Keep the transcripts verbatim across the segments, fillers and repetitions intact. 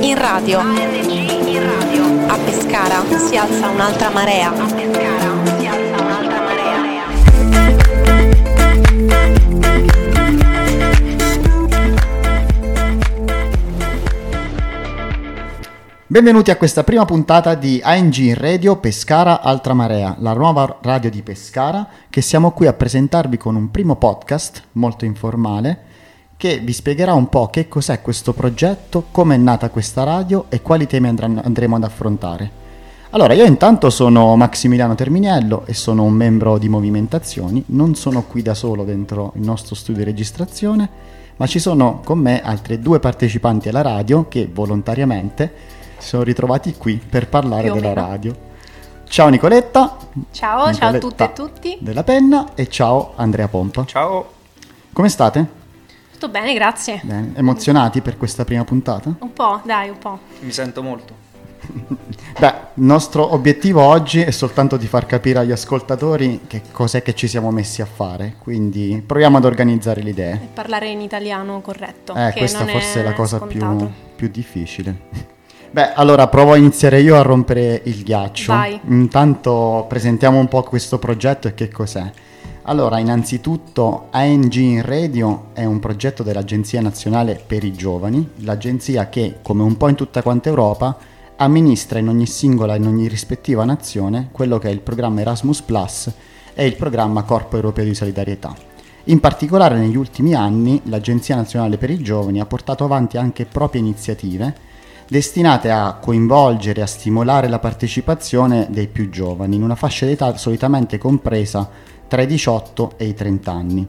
in radio. A N G in radio. A Pescara si alza un'altra marea. A Pescara si alza un'altra marea. Benvenuti a questa prima puntata di A N G in Radio Pescara Altra Marea, la nuova radio di Pescara che siamo qui a presentarvi con un primo podcast molto informale che vi spiegherà un po' che cos'è questo progetto, come è nata questa radio e quali temi andranno, andremo ad affrontare. Allora, io intanto sono Maximiliano Terminiello e sono un membro di Movimentazioni, non sono qui da solo dentro il nostro studio di registrazione, ma ci sono con me altri due partecipanti alla radio che volontariamente si sono ritrovati qui per parlare della radio. Ciao Nicoletta. Ciao, Nicoletta ciao a tutte e tutti. Della Penna e ciao Andrea Pompa. Ciao. Come state? Tutto bene, grazie. Bene. Emozionati per questa prima puntata? Un po', dai, un po'. Mi sento molto. Beh, il nostro obiettivo oggi è soltanto di far capire agli ascoltatori che cos'è che ci siamo messi a fare, quindi proviamo ad organizzare le idee. E parlare in italiano corretto. Eh, che questa non forse è la cosa scontato. più, più difficile. Beh, allora provo a iniziare io a rompere il ghiaccio. Vai. Intanto presentiamo un po' questo progetto e che cos'è. Allora, innanzitutto A N G in Radio è un progetto dell'Agenzia Nazionale per i Giovani, l'agenzia che, come un po' in tutta quanta Europa, amministra in ogni singola e in ogni rispettiva nazione quello che è il programma Erasmus Plus e il programma Corpo Europeo di Solidarietà. In particolare negli ultimi anni l'Agenzia Nazionale per i Giovani ha portato avanti anche proprie iniziative destinate a coinvolgere e a stimolare la partecipazione dei più giovani in una fascia d'età solitamente compresa tra i diciotto e i trenta anni.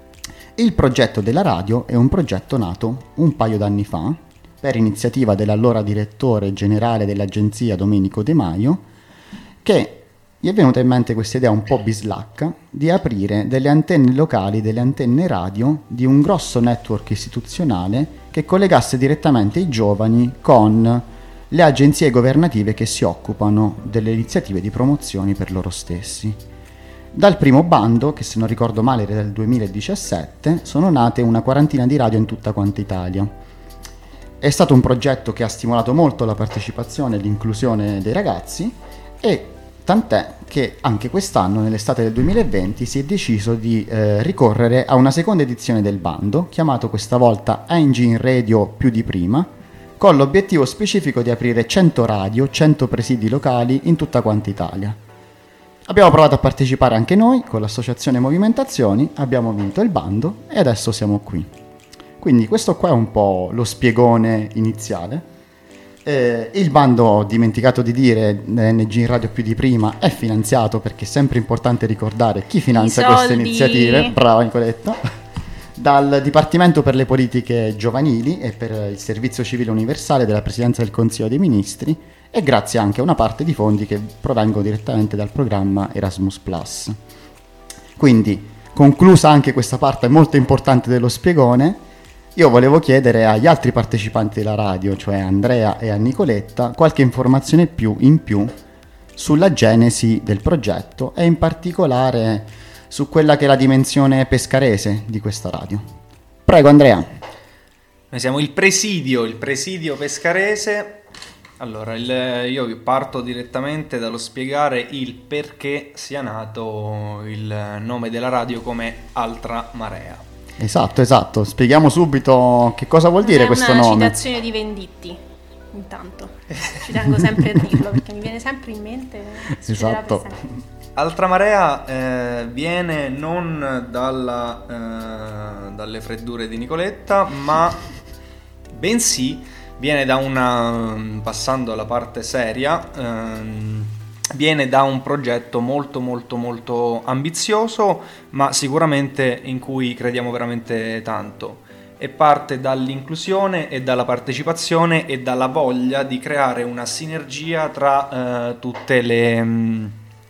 Il progetto della radio è un progetto nato un paio d'anni fa per iniziativa dell'allora direttore generale dell'agenzia Domenico De Maio, che gli è venuta in mente questa idea un po' bislacca di aprire delle antenne locali, delle antenne radio di un grosso network istituzionale che collegasse direttamente i giovani con le agenzie governative che si occupano delle iniziative di promozione per loro stessi. Dal primo bando, che se non ricordo male era del duemiladiciassette, sono nate una quarantina di radio in tutta quanta Italia. È stato un progetto che ha stimolato molto la partecipazione e l'inclusione dei ragazzi e tant'è che anche quest'anno, nell'estate del duemilaventi, si è deciso di eh, ricorrere a una seconda edizione del bando, chiamato questa volta A N G in Radio più di prima, con l'obiettivo specifico di aprire cento radio, cento presidi locali in tutta quanta Italia. Abbiamo provato a partecipare anche noi con l'associazione Movimentazioni, abbiamo vinto il bando e adesso siamo qui. Quindi questo qua è un po' lo spiegone iniziale. Eh, il bando, ho dimenticato di dire, A N G in Radio più di prima, è finanziato, perché è sempre importante ricordare chi finanzia queste iniziative. Brava Nicoletta. Dal Dipartimento per le Politiche Giovanili e per il Servizio Civile Universale della Presidenza del Consiglio dei Ministri e grazie anche a una parte di fondi che provengono direttamente dal programma Erasmus Plus. Quindi, conclusa anche questa parte molto importante dello spiegone, io volevo chiedere agli altri partecipanti della radio, cioè a Andrea e a Nicoletta, qualche informazione più in più sulla genesi del progetto e in particolare su quella che è la dimensione pescarese di questa radio. Prego Andrea. Noi siamo il presidio, il presidio pescarese. Allora, il, io parto direttamente dallo spiegare il perché sia nato il nome della radio come Altra Marea. Esatto, esatto. Spieghiamo subito che cosa vuol dire questo nome. È una citazione di Venditti, intanto. Ci tengo sempre a dirlo perché mi viene sempre in mente. Esatto. Altra Marea eh, viene non dalla, eh, dalle freddure di Nicoletta, ma bensì viene da una, passando alla parte seria, ehm, viene da un progetto molto molto molto ambizioso, ma sicuramente in cui crediamo veramente tanto. E parte dall'inclusione e dalla partecipazione e dalla voglia di creare una sinergia tra eh, tutte le, mh,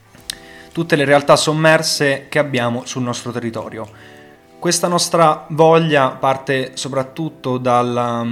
tutte le realtà sommerse che abbiamo sul nostro territorio. Questa nostra voglia parte soprattutto dalla,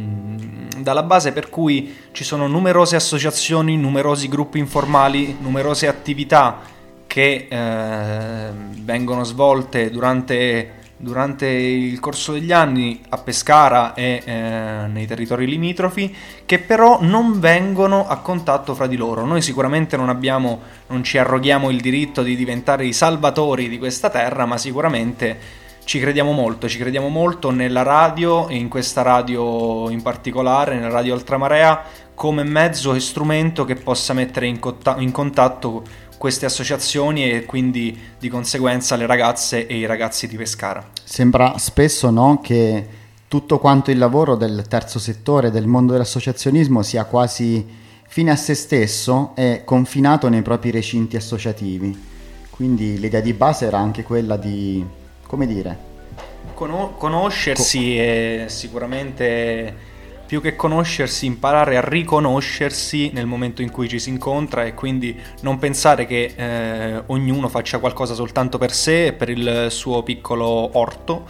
dalla base per cui ci sono numerose associazioni, numerosi gruppi informali, numerose attività che eh, vengono svolte durante durante il corso degli anni a Pescara e eh, nei territori limitrofi, che però non vengono a contatto fra di loro. Noi sicuramente non abbiamo, non ci arroghiamo il diritto di diventare i salvatori di questa terra, ma sicuramente ci crediamo molto, ci crediamo molto nella radio, e in questa radio in particolare, nella radio Altramarea, come mezzo e strumento che possa mettere in, cotta- in contatto queste associazioni e quindi di conseguenza le ragazze e i ragazzi di Pescara. Sembra spesso, no, che tutto quanto il lavoro del terzo settore, del mondo dell'associazionismo, sia quasi fine a se stesso e confinato nei propri recinti associativi. Quindi l'idea di base era anche quella di, come dire, Cono- conoscersi Co- e sicuramente, più che conoscersi, imparare a riconoscersi nel momento in cui ci si incontra, e quindi non pensare che eh, ognuno faccia qualcosa soltanto per sé e per il suo piccolo orto,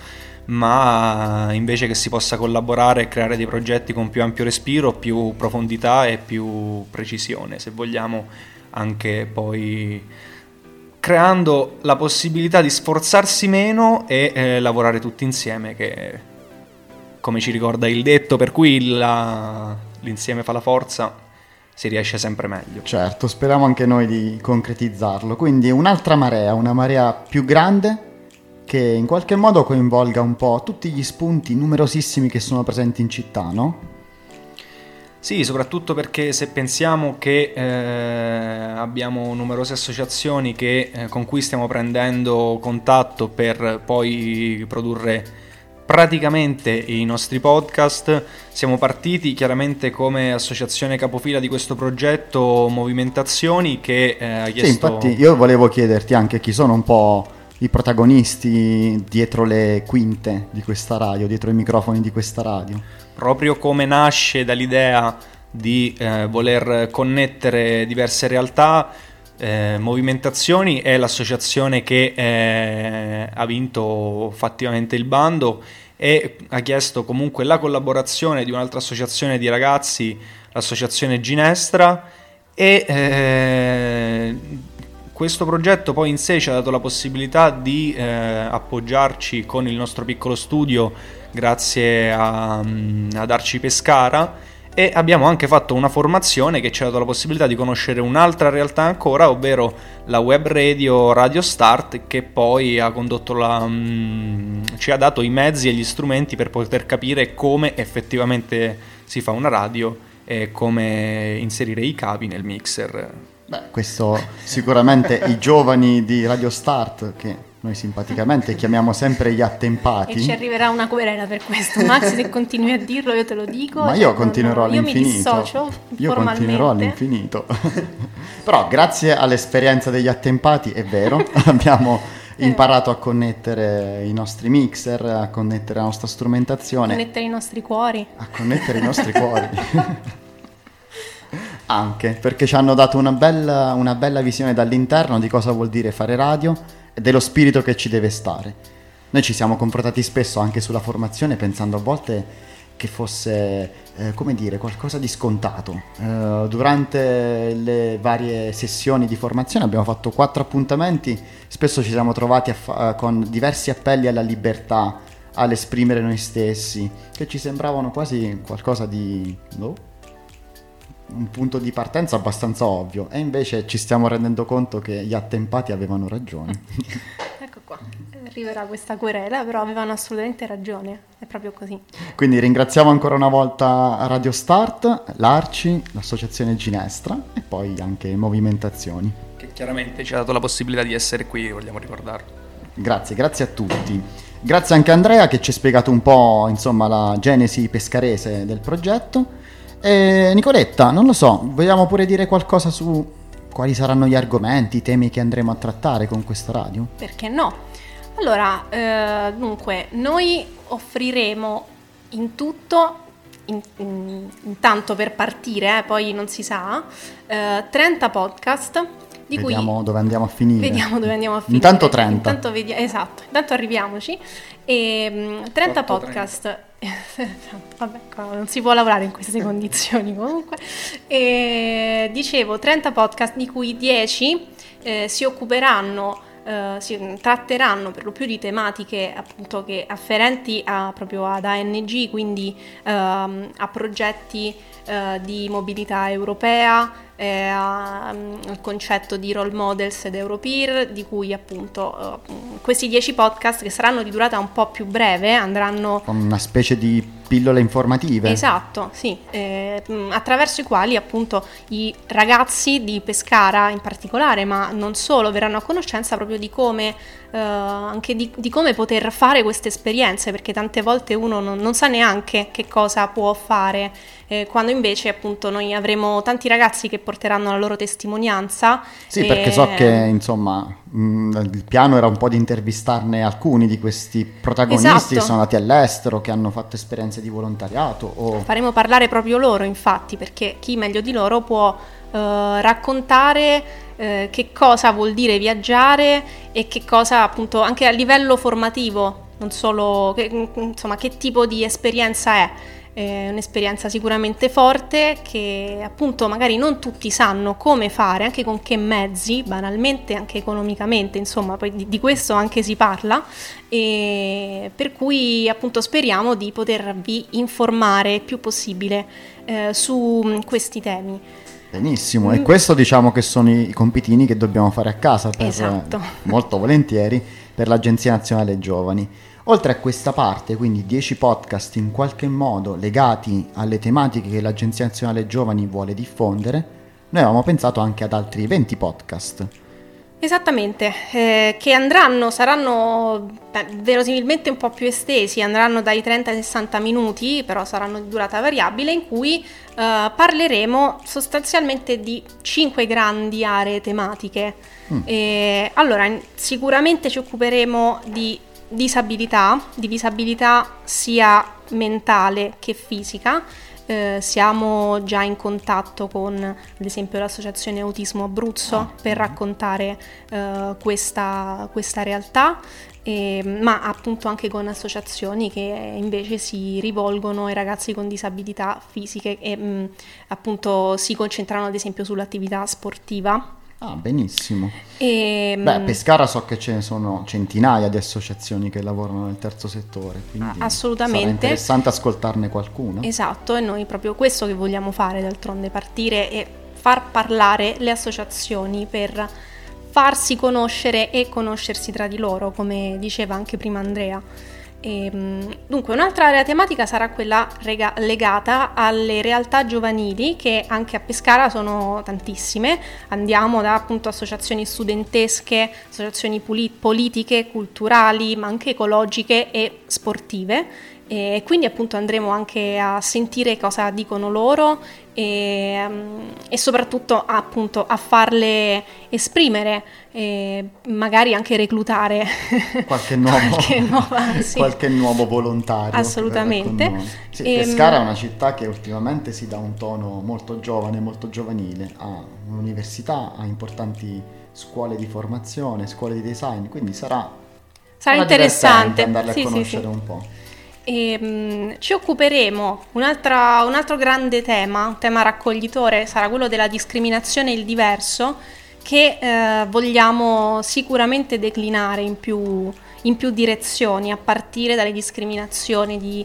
ma invece che si possa collaborare e creare dei progetti con più ampio respiro, più profondità e più precisione, se vogliamo, anche poi creando la possibilità di sforzarsi meno e eh, lavorare tutti insieme, che, come ci ricorda il detto per cui la, l'insieme fa la forza, si riesce sempre meglio. Certo, speriamo anche noi di concretizzarlo. Quindi un'altra marea, una marea più grande, che in qualche modo coinvolga un po' tutti gli spunti numerosissimi che sono presenti in città, no? Sì, soprattutto perché se pensiamo che eh, abbiamo numerose associazioni che, eh, con cui stiamo prendendo contatto per poi produrre praticamente i nostri podcast. Siamo partiti chiaramente come associazione capofila di questo progetto Movimentazioni, che eh, ha chiesto... Sì, infatti io volevo chiederti anche chi sono un po' i protagonisti dietro le quinte di questa radio, dietro i microfoni di questa radio. Proprio come nasce dall'idea di eh, voler connettere diverse realtà, Eh, Movimentazioni è l'associazione che eh, ha vinto fattivamente il bando e ha chiesto comunque la collaborazione di un'altra associazione di ragazzi, l'associazione Ginestra, e eh, questo progetto poi in sé ci ha dato la possibilità di eh, appoggiarci con il nostro piccolo studio grazie a, ad Arci Pescara. E abbiamo anche fatto una formazione che ci ha dato la possibilità di conoscere un'altra realtà ancora, ovvero la web radio Radio Start, che poi ha condotto la, mh, ci ha dato i mezzi e gli strumenti per poter capire come effettivamente si fa una radio e come inserire i cavi nel mixer. Beh, questo sicuramente i giovani di Radio Start, che noi simpaticamente chiamiamo sempre gli attempati. E ci arriverà una querela per questo, Max, se continui a dirlo io te lo dico. Ma io continuerò no, all'infinito. Io mi dissocio Io formalmente. continuerò all'infinito. Però grazie all'esperienza degli attempati, è vero, abbiamo imparato a connettere i nostri mixer, a connettere la nostra strumentazione. A connettere i nostri cuori. A connettere i nostri cuori. Anche, perché ci hanno dato una bella, una bella visione dall'interno di cosa vuol dire fare radio e dello spirito che ci deve stare. Noi ci siamo confrontati spesso anche sulla formazione, pensando a volte che fosse, eh, come dire, qualcosa di scontato. Eh, durante le varie sessioni di formazione abbiamo fatto quattro appuntamenti, spesso ci siamo trovati a fa- con diversi appelli alla libertà, all'esprimere noi stessi, che ci sembravano quasi qualcosa di... no? un punto di partenza abbastanza ovvio, e invece ci stiamo rendendo conto che gli attempati avevano ragione. Ecco qua, arriverà questa querela, però avevano assolutamente ragione, è proprio così. Quindi ringraziamo ancora una volta Radio Start, l'Arci, l'associazione Ginestra e poi anche Movimentazioni, che chiaramente ci ha dato la possibilità di essere qui, vogliamo ricordarlo. Grazie, grazie a tutti. Grazie anche a Andrea che ci ha spiegato un po', insomma, la genesi pescarese del progetto. E Nicoletta, non lo so, vogliamo pure dire qualcosa su quali saranno gli argomenti, i temi che andremo a trattare con questa radio? Perché no? Allora, eh, dunque, noi offriremo in tutto, in, in, intanto per partire, eh, poi non si sa, eh, trenta podcast. Di vediamo cui dove andiamo a finire. Vediamo dove andiamo a finire. Intanto trenta. Intanto vedi- esatto, intanto arriviamoci. E, um, trenta podcast. Vabbè, non si può lavorare in queste condizioni comunque. E, dicevo, trenta podcast di cui dieci eh, si occuperanno eh, si tratteranno per lo più di tematiche appunto che afferenti a, proprio ad A N G, quindi ehm, a progetti eh, di mobilità europea, eh, a, al concetto di role models ed Europeer, di cui appunto eh, questi dieci podcast, che saranno di durata un po' più breve, andranno con una specie di pillole informative. Esatto, sì, eh, attraverso i quali appunto i ragazzi di Pescara in particolare, ma non solo, verranno a conoscenza proprio di come eh, anche di, di come poter fare queste esperienze, perché tante volte uno non, non sa neanche che cosa può fare, eh, quando invece appunto noi avremo tanti ragazzi che porteranno la loro testimonianza. Sì, e... perché so che insomma mh, il piano era un po' di intervistarne alcuni di questi protagonisti. Esatto. Che sono andati all'estero, che hanno fatto esperienze di volontariato. O... Faremo parlare proprio loro, infatti, perché chi meglio di loro può eh, raccontare eh, che cosa vuol dire viaggiare e che cosa appunto anche a livello formativo, non solo, che, insomma, che tipo di esperienza è. È un'esperienza sicuramente forte che appunto magari non tutti sanno come fare, anche con che mezzi, banalmente anche economicamente, insomma poi di, di questo anche si parla, e per cui appunto speriamo di potervi informare il più possibile eh, su questi temi. Benissimo, e questo diciamo che sono i compitini che dobbiamo fare a casa per, esatto. molto volentieri per l'Agenzia Nazionale Giovani. Oltre a questa parte, quindi dieci podcast in qualche modo legati alle tematiche che l'Agenzia Nazionale Giovani vuole diffondere, noi avevamo pensato anche ad altri venti podcast. Esattamente, eh, che andranno, saranno beh, verosimilmente un po' più estesi, andranno dai trenta ai sessanta minuti, però saranno di durata variabile, in cui eh, parleremo sostanzialmente di cinque grandi aree tematiche. Mm. E, allora, sicuramente ci occuperemo di disabilità, di disabilità sia mentale che fisica. Eh, siamo già in contatto con ad esempio l'Associazione Autismo Abruzzo ah. per raccontare eh, questa, questa realtà, eh, ma appunto anche con associazioni che invece si rivolgono ai ragazzi con disabilità fisiche e mh, appunto si concentrano ad esempio sull'attività sportiva. Ah, benissimo. E, Beh, a Pescara so che ce ne sono centinaia di associazioni che lavorano nel terzo settore, quindi assolutamente sarà interessante ascoltarne qualcuno. Esatto, e noi proprio questo che vogliamo fare, d'altronde partire e far parlare le associazioni per farsi conoscere e conoscersi tra di loro, come diceva anche prima Andrea. E, dunque un'altra area tematica sarà quella rega- legata alle realtà giovanili, che anche a Pescara sono tantissime. Andiamo da appunto associazioni studentesche, associazioni poli- politiche, culturali, ma anche ecologiche e sportive, e quindi appunto andremo anche a sentire cosa dicono loro e, e soprattutto appunto a farle esprimere e magari anche reclutare qualche nuovo, qualche, nuova, sì. qualche nuovo volontario. Assolutamente. Sì, e, Pescara è una città che ultimamente si dà un tono molto giovane, molto giovanile, ha un'università, ha importanti scuole di formazione, scuole di design, quindi sarà, sarà interessante andarle sì, a conoscere sì, sì. un po'. E, um, ci occuperemo, un'altra, un altro grande tema, un tema raccoglitore, sarà quello della discriminazione e il diverso, che eh, vogliamo sicuramente declinare in più, in più direzioni, a partire dalle discriminazioni di,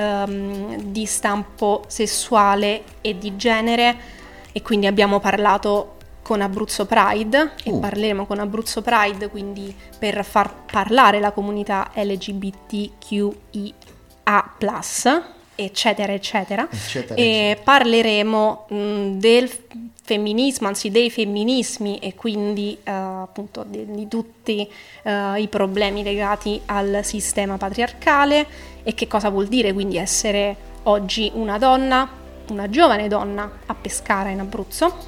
um, di stampo sessuale e di genere, e quindi abbiamo parlato con Abruzzo Pride e uh. parleremo con Abruzzo Pride, quindi per far parlare la comunità L G B T Q I A plus, eccetera eccetera, eccetera, e eccetera. Parleremo mh, del femminismo, anzi dei femminismi, e quindi uh, appunto di, di tutti uh, i problemi legati al sistema patriarcale e che cosa vuol dire quindi essere oggi una donna, una giovane donna a Pescara in Abruzzo.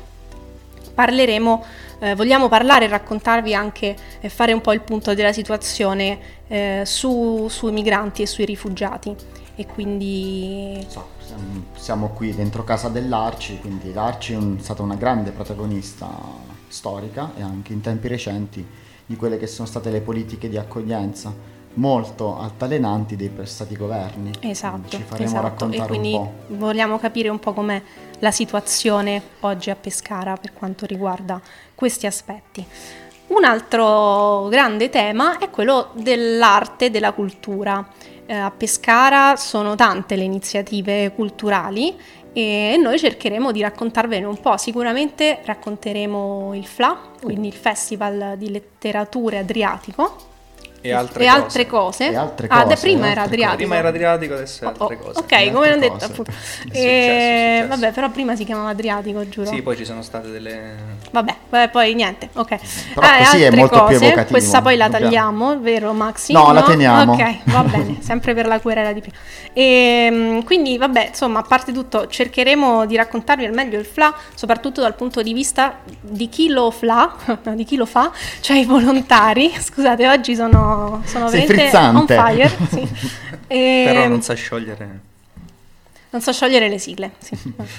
Parleremo, eh, vogliamo parlare e raccontarvi anche e fare un po' il punto della situazione eh, su, sui migranti e sui rifugiati, e quindi so, siamo qui dentro casa dell'Arci, quindi l'Arci è un, stata una grande protagonista storica e anche in tempi recenti di quelle che sono state le politiche di accoglienza molto altalenanti dei passati governi. Esatto, ci faremo esatto. raccontare e quindi un po'. Vogliamo capire un po' com'è la situazione oggi a Pescara per quanto riguarda questi aspetti. Un altro grande tema è quello dell'arte e della cultura. Eh, a Pescara sono tante le iniziative culturali e noi cercheremo di raccontarvene un po'. Sicuramente racconteremo il F L A, quindi il Festival di Letteratura Adriatico. E altre e cose. Altre cose. E altre Ah, cose, prima e era altre Adriatico. Prima era Adriatico, adesso è Oh, altre oh, cose. ok, E come altre hanno detto cose. appunto. È successo, E, è successo. vabbè, però prima si chiamava Adriatico, giuro. Sì, poi ci sono state delle... Vabbè, poi, poi niente, ok. Però Ah, e così è altre molto più cose, evocativo. questa poi la Dobbiamo- tagliamo, vero Maxi? No, la teniamo. Ok, va bene, sempre per la querela di prima. E, quindi, vabbè, insomma, a parte tutto, cercheremo di raccontarvi al meglio il F L A, soprattutto dal punto di vista di chi lo F L A, no, di chi lo fa, cioè i volontari. Scusate, oggi sono, sono Sei veramente frizzante. on fire. Sì. E, Però non sa sciogliere... non so sciogliere le sigle, sì.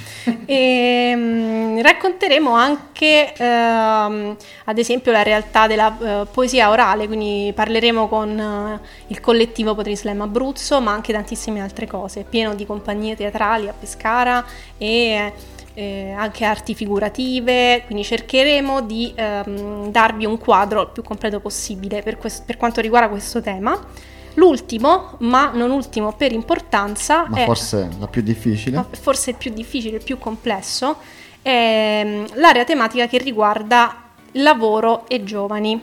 E, mm, racconteremo anche, ehm, ad esempio, la realtà della eh, poesia orale, quindi parleremo con eh, il collettivo Poetry Slam Abruzzo, ma anche tantissime altre cose, pieno di compagnie teatrali a Pescara e eh, anche arti figurative, quindi cercheremo di ehm, darvi un quadro il più completo possibile per, quest- per quanto riguarda questo tema. L'ultimo, ma non ultimo per importanza, Ma è forse la più difficile. ma forse il più difficile, il più complesso, è mm, l'area tematica che riguarda lavoro e giovani.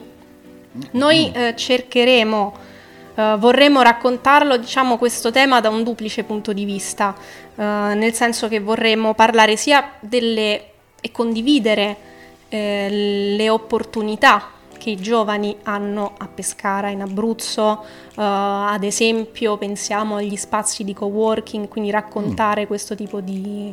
Noi eh, cercheremo, eh, vorremmo raccontarlo, diciamo, questo tema da un duplice punto di vista, eh, nel senso che vorremmo parlare sia delle e condividere eh, le opportunità che i giovani hanno a Pescara, in Abruzzo, uh, ad esempio pensiamo agli spazi di coworking, quindi raccontare mm. questo tipo di,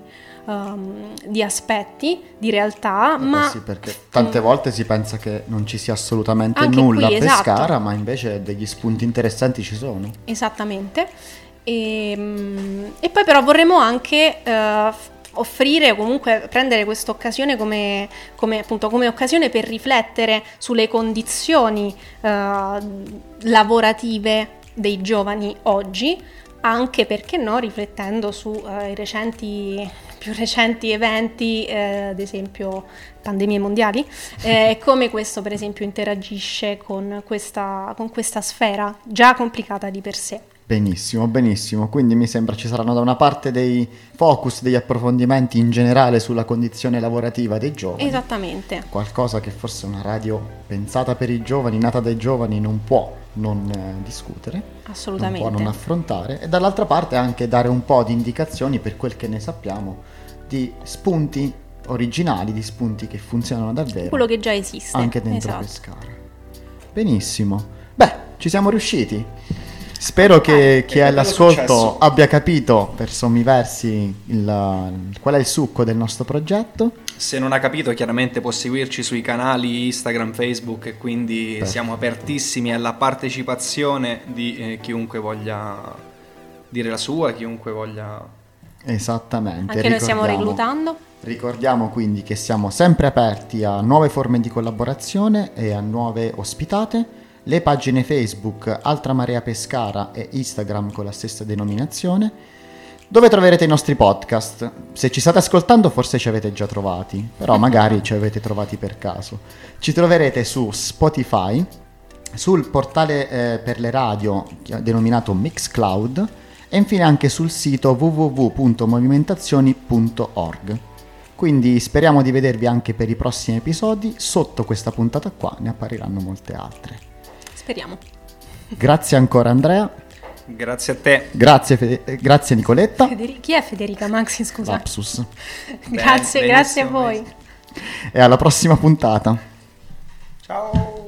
um, di aspetti, di realtà. Eh ma beh sì, perché tante volte si pensa che non ci sia assolutamente Anche nulla qui, a Pescara, esatto. ma invece degli spunti interessanti ci sono. Esattamente. E, um, e poi però vorremmo anche uh, offrire o comunque prendere questa occasione come, come, appunto, come occasione per riflettere sulle condizioni uh, lavorative dei giovani oggi, anche perché no, riflettendo su uh, i recenti più recenti eventi, eh, ad esempio pandemie mondiali, e eh, come questo per esempio interagisce con questa, con questa sfera già complicata di per sé. Benissimo, benissimo. Quindi mi sembra ci saranno da una parte dei focus, degli approfondimenti in generale sulla condizione lavorativa dei giovani. Esattamente. Qualcosa che forse una radio pensata per i giovani, nata dai giovani, non può non eh, discutere. Assolutamente. Non può non affrontare. E dall'altra parte anche dare un po' di indicazioni, per quel che ne sappiamo, di spunti originali, di spunti che funzionano davvero. Quello che già esiste. Anche dentro esatto. Pescara. Benissimo. Beh, ci siamo riusciti. Spero che eh, chi è all'ascolto abbia capito per sommi versi il, qual è il succo del nostro progetto. Se non ha capito, chiaramente può seguirci sui canali Instagram, Facebook, e quindi Perfetto. Siamo apertissimi alla partecipazione di eh, chiunque voglia dire la sua, chiunque voglia... Esattamente. Anche noi stiamo ricordiamo- reclutando. Ricordiamo quindi che siamo sempre aperti a nuove forme di collaborazione e a nuove ospitate. Le pagine Facebook Altra Marea Pescara e Instagram con la stessa denominazione, dove troverete i nostri podcast. Se ci state ascoltando forse ci avete già trovati, però magari ci avete trovati per caso. Ci troverete su Spotify, sul portale eh, per le radio denominato Mixcloud e infine anche sul sito w w w punto movimentazioni punto org. Quindi speriamo di vedervi anche per i prossimi episodi. Sotto questa puntata qua ne appariranno molte altre. Speriamo. Grazie ancora Andrea, Grazie a te. grazie, Fede- eh, grazie Nicoletta. Federi- Chi è Federica Maxi, scusa? Lapsus. grazie, Bene, grazie a benissimo, voi. benissimo. E alla prossima puntata. Ciao.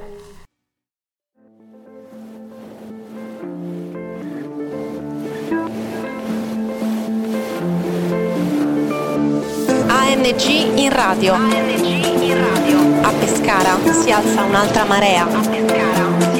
A N G in radio. A N G in radio. A Pescara si alza un'altra marea. A Pescara